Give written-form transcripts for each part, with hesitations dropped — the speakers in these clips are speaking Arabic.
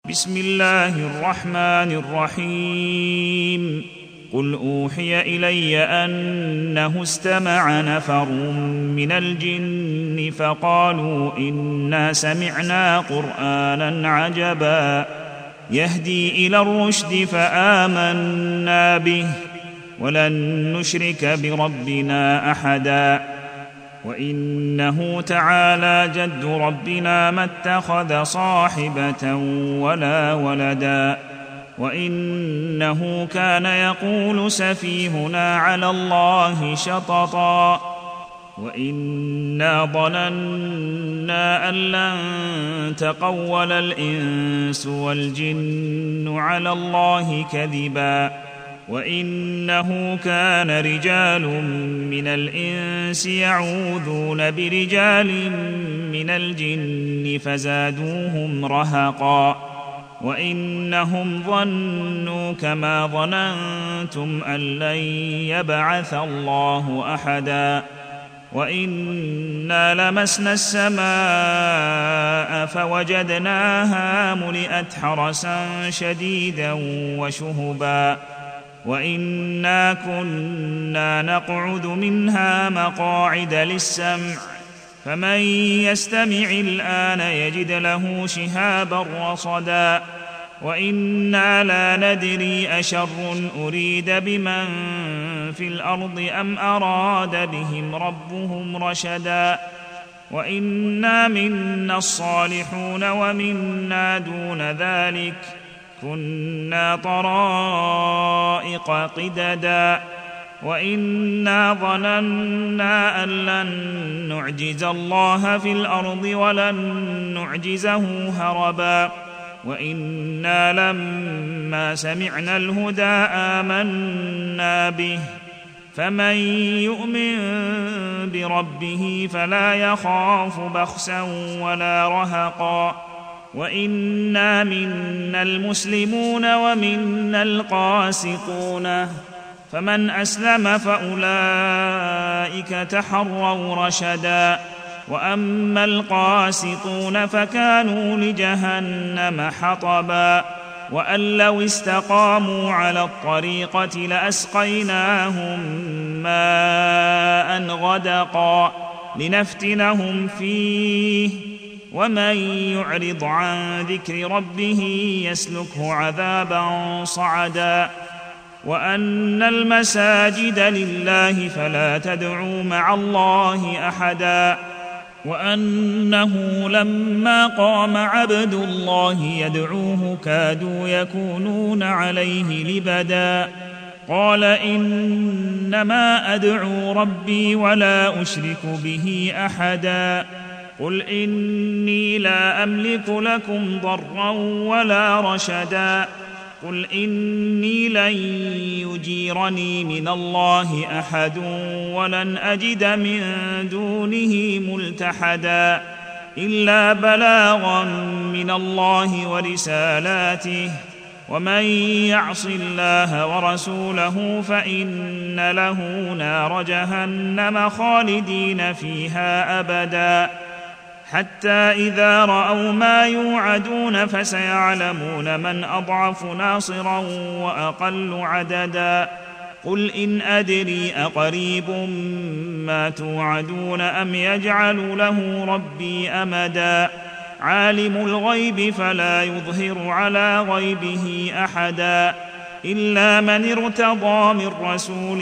بسم الله الرحمن الرحيم. قل أوحي إلي أنه استمع نفر من الجن فقالوا إنا سمعنا قرآنا عجبا يهدي إلى الرشد فآمنا به ولن نشرك بربنا أحدا وإنه تعالى جد ربنا ما اتخذ صاحبة ولا ولدا وإنه كان يقول سفيهنا على الله شططا وإنا ظننا أن لن تقول الإنس والجن على الله كذبا وإنه كان رجال من الإنس يعوذون برجال من الجن فزادوهم رهقا وإنهم ظنوا كما ظننتم أن لن يبعث الله أحدا وإنا لمسنا السماء فوجدناها ملئت حرسا شديدا وشهبا وإنا كنا نقعد منها مقاعد للسمع فمن يستمع الآن يجد له شهابا رصدا وإنا لا ندري أشر أريد بمن في الأرض أم أراد بهم ربهم رشدا وإنا منا الصالحون ومنا دون ذلك كنا طرائق قددا وإنا ظننا أن لن نعجز الله في الأرض ولن نعجزه هربا وإنا لما سمعنا الهدى آمنا به فمن يؤمن بربه فلا يخاف بخسا ولا رهقا وإنا منا المسلمون ومنا القاسطون فمن أسلم فأولئك تحروا رشدا وأما القاسطون فكانوا لجهنم حطبا وأن لو استقاموا على الطريقة لأسقيناهم ماء غدقا لنفتنهم فيه ومن يعرض عن ذكر ربه يسلكه عذابا صعدا وأن المساجد لله فلا تدعوا مع الله أحدا وأنه لما قام عبد الله يدعوه كادوا يكونون عليه لبدا قال إنما أدعو ربي ولا أشرك به أحدا قل إني لا أملك لكم ضرا ولا رشدا قل إني لن يجيرني من الله أحد ولن أجد من دونه ملتحدا إلا بلاغا من الله ورسالاته ومن يعص الله ورسوله فإن له نار جهنم خالدين فيها أبدا حتى إذا رأوا ما يوعدون فسيعلمون من أضعف ناصرا وأقل عددا قل إن أدري أقريب ما توعدون أم يجعل له ربي أمدا عالم الغيب فلا يظهر على غيبه أحدا إلا من ارتضى من رسول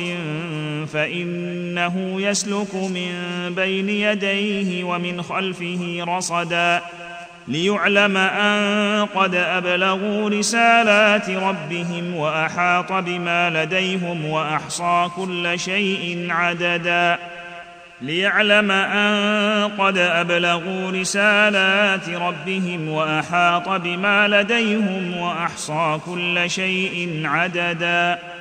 فإنه يسلك من بين يديه ومن خلفه رصدا ليعلم أن قد أبلغوا رسالات ربهم وأحاط بما لديهم وأحصى كل شيء عددا ليعلم أن قد أبلغوا رسالات ربهم وأحاط بما لديهم وأحصى كل شيء عددا